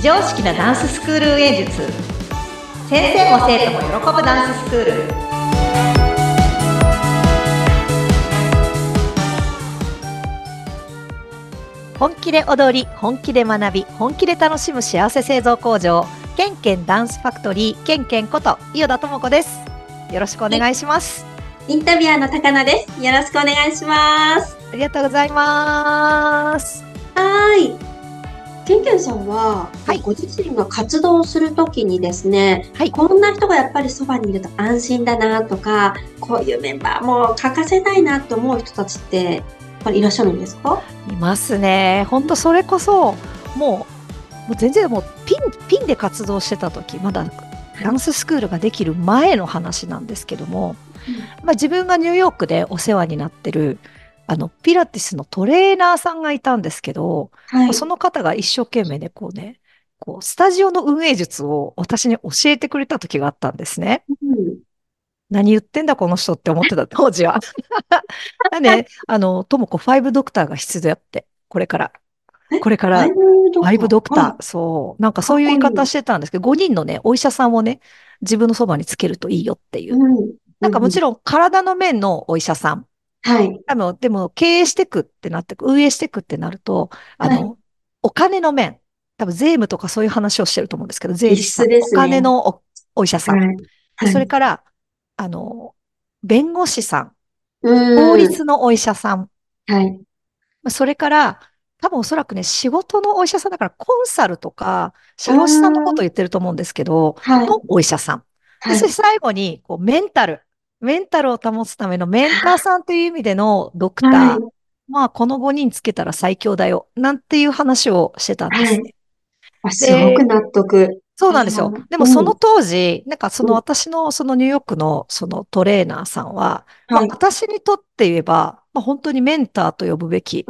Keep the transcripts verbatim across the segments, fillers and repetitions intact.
常識なダンススクール運営術。先生も生徒も喜ぶダンススクール。本気で踊り、本気で学び、本気で楽しむ幸せ製造工場、ケンケンダンスファクトリー、ケンケンこと伊予田智子です。よろしくお願いします。 インタビュアーの高菜です。よろしくお願いします。 ありがとうございます。 はい。ケンケンさんは、 はい、 ご自身が活動するときにですね、 はい、 こんな人がやっぱりそばにいると安心だなとか、こういうメンバーも欠かせないなと思う人たちってやっぱりいらっしゃるんですか？ いますね。本当それこそもう、もう全然もうピンピンで活動してた時、まだダンススクールができる前の話なんですけども、まあ、自分がニューヨークでお世話になってるあのピラティスのトレーナーさんがいたんですけど、 はい。 その方が一生懸命ね、こうね、こうスタジオの運営術を私に教えてくれた時があったんですね。 うん。 何言ってんだこの人って思ってた当時は。だね、あの、ともこファイブドクターが必要だって、これから。 え、 これから、 ファイブドファイブクター。はい。 ドクター。そう。なんかかそういう言いっこいい。 方してたんですけど、ごにんのね、お医者さんをね、自分のそばにつけるといいよっていう。 うん。うん。うん。 なんかもちろん体の面のお医者さん。 はい。 でも、でも経営していくってなってく、運営していくってなると、あはい。 の、お金の面。多分税務とかそういう話をしてると思うんですけど、税理士さん。 必須でおすね。 金のお、お医者さん。 はい。 で、 はい。 それから、あの、弁護士さん。法うん。 律のお医者さん。 はい。 それから、多分おそらくね、仕事のお医者さんだからコンサルとか、 う社労士さんのことをん。 言ってると思うんですけど、 はい。 のお医者さん。で、 はい。 そして最後に、こう、メンタル。メンタルを保つためのメンターさんという意味でのドクはい。 ター。まあ、このごにんつけたら最強だよ。なんていう話をしてたんではい。 すね。 あ、すごくで、 納得。 そうああ、 なんですよ。でもそのうん。 当時、なんかそのうん。 私のそのニューヨークのそのトレーナーさんは、まあはい。 私にとって言えば、まあ本当にメンターと呼ぶべき、 うん。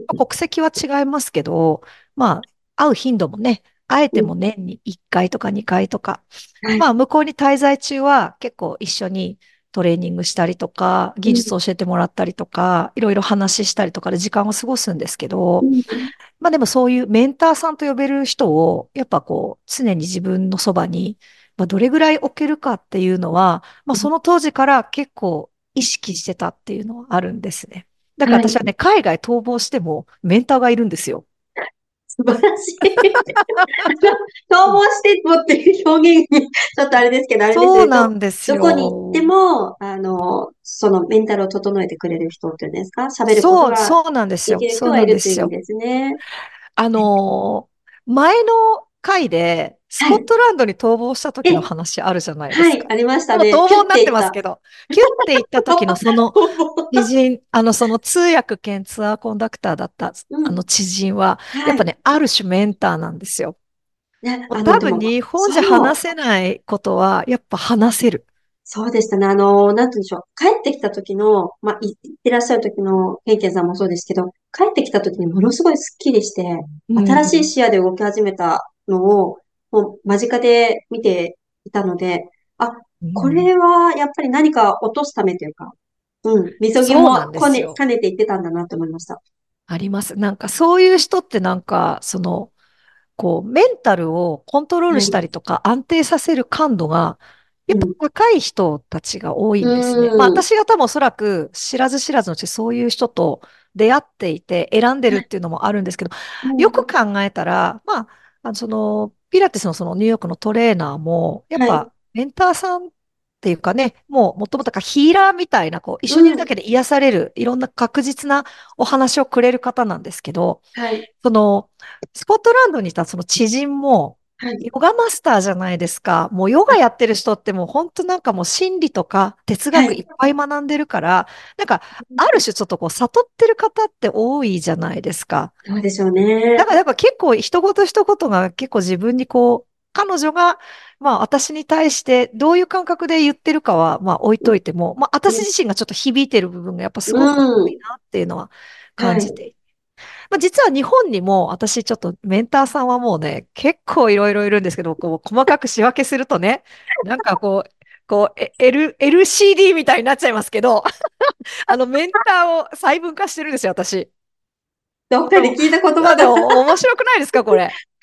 国籍は違いますけど、まあ会う頻度もね、会えうん。 ても年にいっかいとかにかいとか、 はい。 まあ向こうに滞在中は結構一緒にトレーニングしたりとか、技うん。 術を教えてもらったりとか、いろいろ話したりとかで時間を過ごすんですけど、 うん。 まあでもそういうメンターさんと呼べる人を、やっぱこう、常に自分のそばに、まあ、どれぐらい置けるかっていうのは、まあその当時から結構意識してたっていうのはあるんですね。だからはい。 私はね、海外逃亡してもメンターがいるんですよ。 素晴らしい。逃亡してもっていう表現に、ちょっとあれですけど、あれですそうね。ど、 なんですどこに行ってよ。 も、あの、そのメンタルを整えてくれる人っていうんですか？喋ることそう、 がそうなんですよ。 できる人そうなんがいるというですよ。 意味ですね。 あのー前の回でスはい。 コットランドに逃亡した時のえ、 話あるじゃないではい、 すか。 ありましたもうね。キュッ逃亡になってていった。 ますけど、キュッて行った時のその逃亡。 知人、あの、その通訳兼ツアーコンダクターだったうん。 あの知人は、やっはい。 ぱね、ある種メンターなんですよ。 ね、あの、 もう多でも、 分日本じゃ話そう。 せないことは、やっぱ話せる。 そうでしたね。あの、なんて言うんでしょう。帰ってきた時の、まあ、い、行ってらっしゃる時のケンケンさんもそうですけど、帰ってきた時にものすごいスッキリして、 う新しいん。 視野で動き始めたのを、もう間近で見ていたので、あ、こうん。 れはやっぱり何か落とすためというか、うん、みそぎそうなんもこね、 ですよ。 兼ねて言ってたんだなと思いました。 あります。なんかそういう人ってなんか、その、こう、メンタルをコントロールはい。 したりとか安定させる感度が、やっぱうん。 高い人たちが多いうんですね。まあーん。 私が多分おそらく知らず知らずのうちそういう人と出会っていて選んでるっていうのもあるんですけど、よくうん。 考えたら、まあ、あのその、ピラティスのそのニューヨークのトレーナーも、やっはい。 ぱメンターさんっていうかね、もうもともとかヒーラーみたいな、こう、一緒にいるだうん。 けで癒される、いろんな確実なお話をくれる方なんですけど、 はい。 その、スコットランドにいたその知人も、 はい。 ヨガマスターじゃないですか。もうヨガやってる人ってもう本当なんかもう心理とか哲はい。 学いっぱい学んでるから、なんかある種ちょっとこう悟ってる方って多いじゃないですか。 そうでしょうね。 だからやっぱ結構一言一言が結構自分にこう、彼女がまあ私に対してどういう感覚で言ってるかはまあ置いといても、まあ私うん。 自身がちょっと響いてる部分がやっぱすうごく多いん。 なっていうのははい。 感じていて。まあ、実は日本にも私ちょっとメンターさんはもうね、結構いろいろいるんですけど、こう細かく仕分けするとね、なんかこう、こう、え L、エルシーディー みたいになっちゃいますけど、あのメンターを細分化してるんですよ、私。 どっかで聞いた言葉だ。 あでも面白くないですか、これ。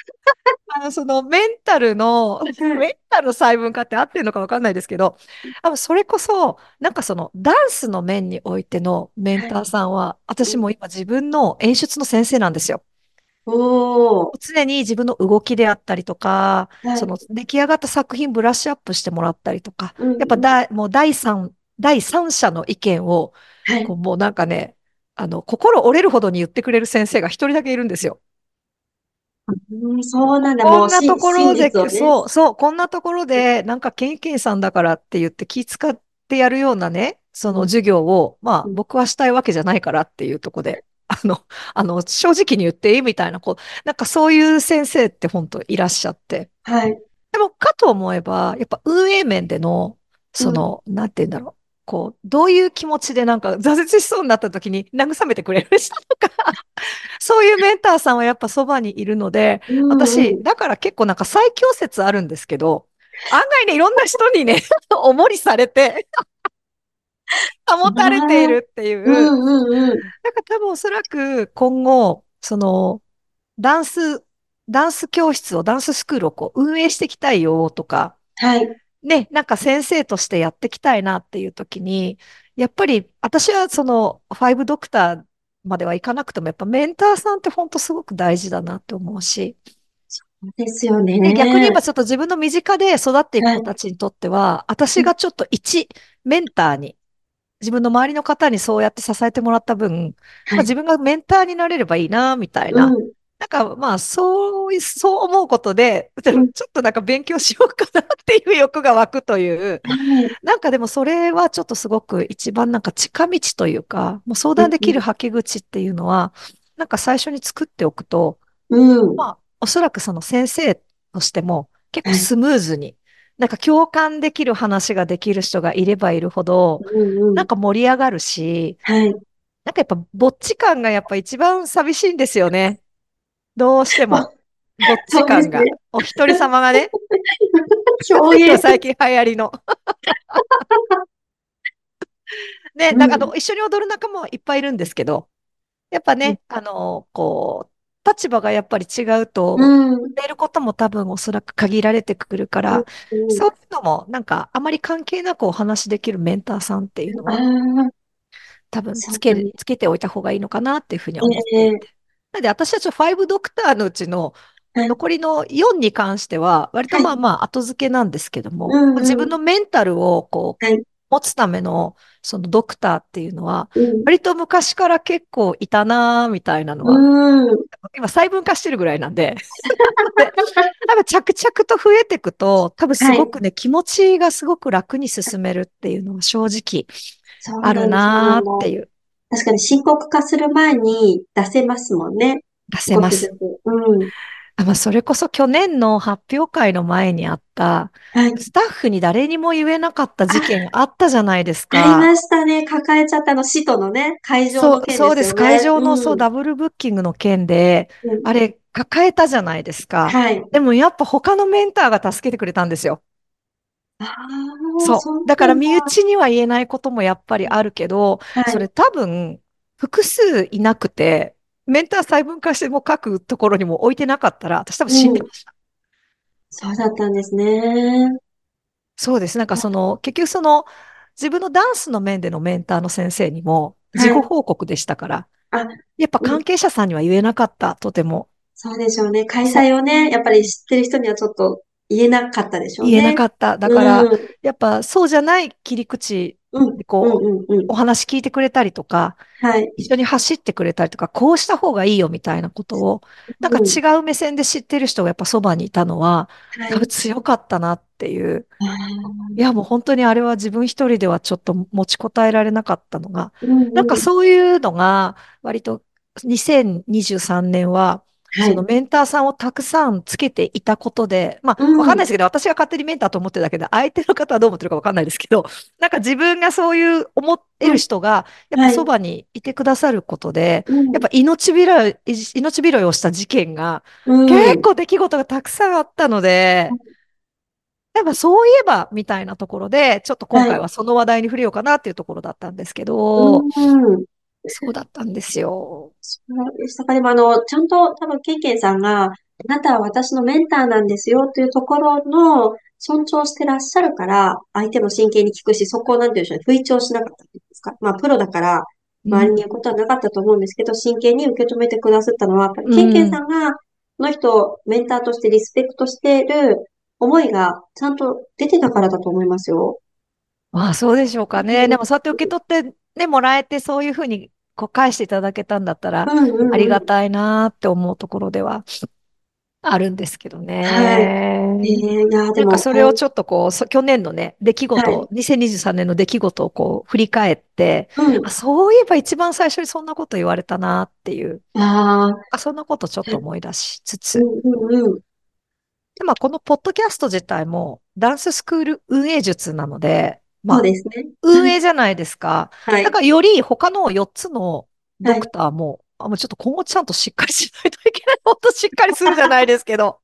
あの、そのメンタルの、 はい。 メンタルの細分化って合ってるのかわかんないですけど、あの、それこそ、なんかそのダンスの面においてのメンはい。 ターさんは、 うん。 私も今自分の演出の先生なんですよ。 おー。 常に自分の動きであったりとか、 はい。 その出来上がった作品ブラッシュアップしてもらったりとか、 うんやっぱうん。 だ、もう第三、第三者の意見を、 はい。 こうもうなんかね、あの、心折れるほどに言ってくれる先生が一人だけいるんですよ。 うん、そうなんだ。もう、 こんなとし、真ころで、 実をね。 そう、そう、こんなところで、なんか、ケンケンさんだからって言って気遣ってやるようなね、そのうん。 授業を、まあ、 うん。 僕はしたいわけじゃないからっていうところで、あの、あの、正直に言っていいみたいな、こう、なんかそういう先生って本当いらっしゃって。 はい。 でも、かと思えば、やっぱ運営面での、 うん。 その、なんて言うんだろう。こう、どういう気持ちでなんか挫折しそうになった時に慰めてくれる人とか、そういうメンターさんはやっぱそばにいるので、 うんう私、 ん。 だから結構なんか最強説あるんですけど、案外ね、いろんな人にね、おもりされて、保たれていああ、 るっていう、 うんうんうん。 なんか多分おそらく今後、その、ダンス、ダンス教室を、ダンススクールをこう運営していきたいよとか、 はい。 ね、なんか先生としてやっていきたいなっていう時に、やっぱり私はそのファイブドクターまではいかなくても、やっぱメンターさんって本当すごく大事だなって思うし、 ですよで、逆に言えね。 ばちょっと自分の身近で育っていくはい。 子たちにとっては、私うん。 がちょっと一メンターに、自分の周りの方にそうやって支えてもらった分、まあ、 はい。 自分がメンターになれればいいな、みたいな。 うん。 なんかまあ、そう、そう思うことで、ちょうん。 っとなんか勉強しようかなっていう欲が湧くという。 はい。 なんかでもそれはちょっとすごく一番なんか近道というか、もう相うんうん。 談できるはけ口っていうのは、なんか最初に作っておくと、 うん。 まあ、おそらくその先生としても結構はい。 スムーズに、なんか共感できる話ができる人がいればいるほど、 うんうん。 なんか盛り上がるし、 はい。 なんかやっぱぼっち感がやっぱ一番寂しいんですよね。どうしても。 あ、 ぼっち感が。 そうですね。 お一人様がね。 表現。 最近流行りの。ね、なんかあうん。 の、一緒に踊る仲間はいっぱいいるんですけど、やっぱうん。 ね、あの、こう、立場がやっぱり違ううと、 ん。 やれることも多分おそらく限られてくるかうん。 ら、 うん。 そういうのもなんかあまり関係なくお話しできるメンターさんっていうのあはあ、 多分つける、 そうなんです。 つけておいた方がいいのかなっていうふうには思っていええ、 て。なので私たちファイブドクターのうちのはい。 残りのよんに関しては割とはい。 まあまあ後付けなんですけどうも、まあ自んうん。 分のメンタルをこうはい。 持つためのそのドクターっていうのはうん。 割と昔から結構いたなーみたいなのうはん。 今細分化してるぐらいなんで、で、多分着々と増えていくと、多分すはい。 ごくね、気持ちがすごく楽に進めるっていうのは正直そうあるなんですよね。 なーってもう、 いう、 確かに深刻化する前に出せますもんね。 出せます。 少しずつ。うん。 あ、まあ、それこそ去年の発表会の前にあった、 はい。 スタッフに誰にも言えなかった事件あ、 あったじゃないですありか。 ましたね。抱えちゃったの、使徒のね、会場そう、 の件でそうです。会すよね。 場のそう、 うん。 ダブルブッキングの件で、 うん。 あれ、抱えたじゃないですか。 はい。 でもやっぱ他のメンターが助けてくれたんですよ。 ああ、 そう。 そうなんだ。 だから身内には言えないこともやっぱりあるけど、 はい。 それ多分複数いなくて、メンター細分化しても各ところにも置いてなかったら、私多分死んうん。 でました。 そうだったんですね。 そうです。なんかその、結局その、自分のダンスの面でのメンターの先生にも事後はい。 報告でしたから、 あ、 やっぱうん。 関係者さんには言えなかった、とても。 そうでしょうね。開そう。 催をね、やっぱり知ってる人にはちょっと言えなかったでしょう言えなね。 かった。だから、 うん。 やっぱそうじゃない切り口うん。 でうん。 こう、 うん。うん。 お話聞いてくれたりとか、 はい。 一緒に走ってくれたりとか、こうした方がいいよみたいなことを、なんかうん。 違う目線で知ってる人がやっぱそばにいたのは、多分はい。 強かったなっていう。 ああ、 いや、もう本当にあれは自分一人ではちょっと持ちこたえられなかったのが、 うんなんかうん。 そういうのが、割とにせんにじゅうさんねんは、 はい。 そのメンターさんをたくさんつけていたことで、まうあ、わかんないでん。 すけど、私が勝手にメンターと思ってるだけで、相手の方はどう思ってるかわかんないですけど、なんか自分がそういう思えうん。 る人が、やっぱはい。 そばにいてくださることで、 うん。 やっぱ命拾い、命拾いをした事件が、 うん。 結構出来事がたくさんあったので、やっぱそういえば、みたいなところで、ちょっと今はい。 回はその話題に触れようかなっていうところだったんですけうど、 ん。 そうだったんですよ。 そうでしたか。でも、あの、ちゃんと多分、ケンケンさんが、 あなたは私のメンターなんですよというところの尊重してらっしゃるから、相手も真剣に聞くし、そこをなんていうんでしょうね、不意調しなかったんですか。まあ、プロだから、周りに言うことはなかったと思うんですけど、真剣に受け止めてくださったのは、やっぱりうケンケンさん。 んが、この人をメンターとしてリスペクトしている思いがちゃんと出てたからだと思いますよ。 まあ、そうでしょうかね。 うん、 でも、そうやって受け取ってね、もらえて、そういうふうにこう返していただけたんだったら、 うん、 ありうん、うん。 がたいなって思うところではあるんですけどはい。えね。 ー、いや、でなんかも、ほん、 それをちょっとこう、そ去年のね、出来事、 はい。 にせんにじゅうさんねんの出来事をこう、振り返って、 うん。 あ、そういえば一番最初にそんなこと言われたなっていう、 ああ、 あ、そんなことちょっと思い出しつつ、 うん、うん、うん。 で、まあ、このポッドキャスト自体もダンススクール運営術なので、まあ、 そうですね。は運い。 営じゃないですか。 はい。 だからより他のよっつのドクはい。 ターも、あ、もうちょっと今後ちゃんとしっかりしないといけない。もっとしっかりするじゃないですけど、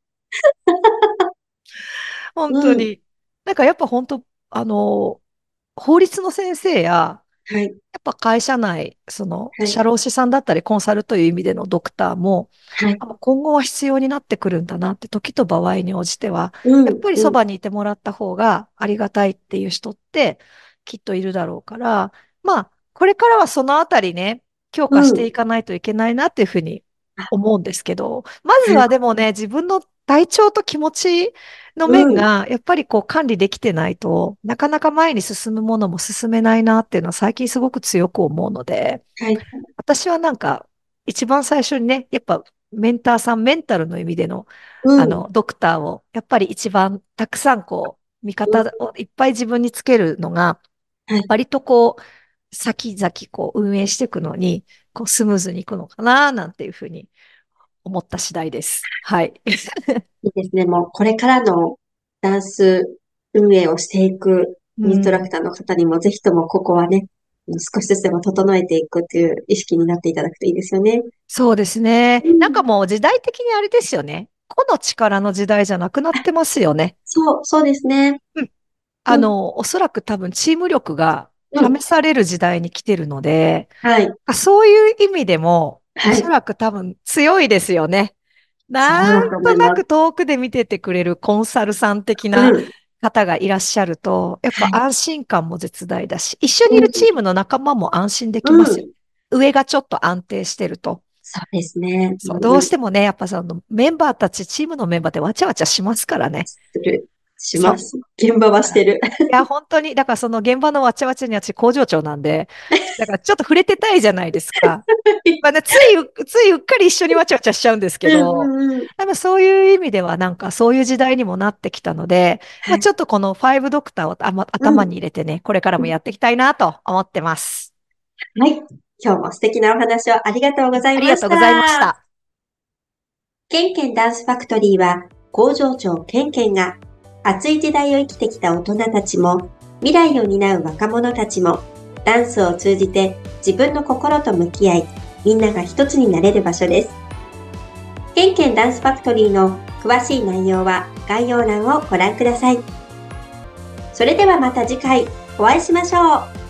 本当うん。 に。なんかやっぱ本当、あの、法律の先生や、 はい。 やっぱ会社内、その、 はい。 社労士さんだったりコンサルという意味でのドクターも、 はい。 あ今後は必要になってくるんだなって時と場合に応じては、 うん。 やっぱりうん。 そばにいてもらった方がありがたいっていう人ってきっといるだろうから、まあ、これからはそのあたりね、強化してうん。 いかないといけないなっていうふうに思うんですけど、まずはい。 はでもね、自分の体調と気持ちの面うん。 が、やっぱりこう管理できてないとなかなか前に進むものも進めないなっていうのは最近すごく強く思うので、 はい。 私はなんか一番最初にね、やっぱメンターさん、メンタルの意味での、 うん。 あの、ドクターを、やっぱり一番たくさんこう、味うん。 方をいっぱい自分につけるのが、 はい。 割とこう、先々こう運営していくのに、こうスムーズにいくのかな、なんていうふうに思った次第です。はい。 いいですね。もう、これからのダンス運営をしていくインストラクうん。 ターの方にも、ぜひともここはね、少しずつでも整えていくという意識になっていただくといいですよね。 そうですね。なんかうん。 もう時代的にあれですよね。個の力の時代じゃなくなってますよね。 そう、そうですね。 うん。あうん。 の、おそらく多分チーム力がうん。 試される時代に来てるので、 はい。 あそういう意味でも、おはい。 そらく多分強いですよね。なんそうだと思となくいます。 遠くで見ててくれるコンサルさん的なうん。 方がいらっしゃると、やっぱはい。 安心感も絶大だし、一緒にいるうん。 チームの仲間も安心できますよ。 うん。 上がちょっと安定してると。 そうですね。 そう、どうん。 うしてもね、やっぱそのメンバーたち、チームのメンバーってわちゃわちゃしますからね。 する。しそう。 ます。現場はだからいしてる。 や、本当に、だからその現場のわちゃわちゃに私工場長なんで、だからちょっと触れてたいじゃないですか。まあね、つい、ついうっかり一緒にわちゃわちゃしちゃうんですけうんど、 うんうん。 でもそういう意味ではなんかそういう時代にもなってきたので、まあ、 はい。 ちょっとこのファイブドクターをあまうん。 頭に入れてね、これからもやっていきたいなと思ってます。 はい。今日も素敵なお話をありがとうございありがましとうございました。 た。 ケンケンダンスファクトリーは工場長ケンケンが熱い時代を生きてきた大人たちも未来を担う若者たちもダンスを通じて自分の心と向き合いみんなが一つになれる場所です。ケンケンダンスファクトリーの詳しい内容は概要欄をご覧ください。それではまた次回お会いしましょう。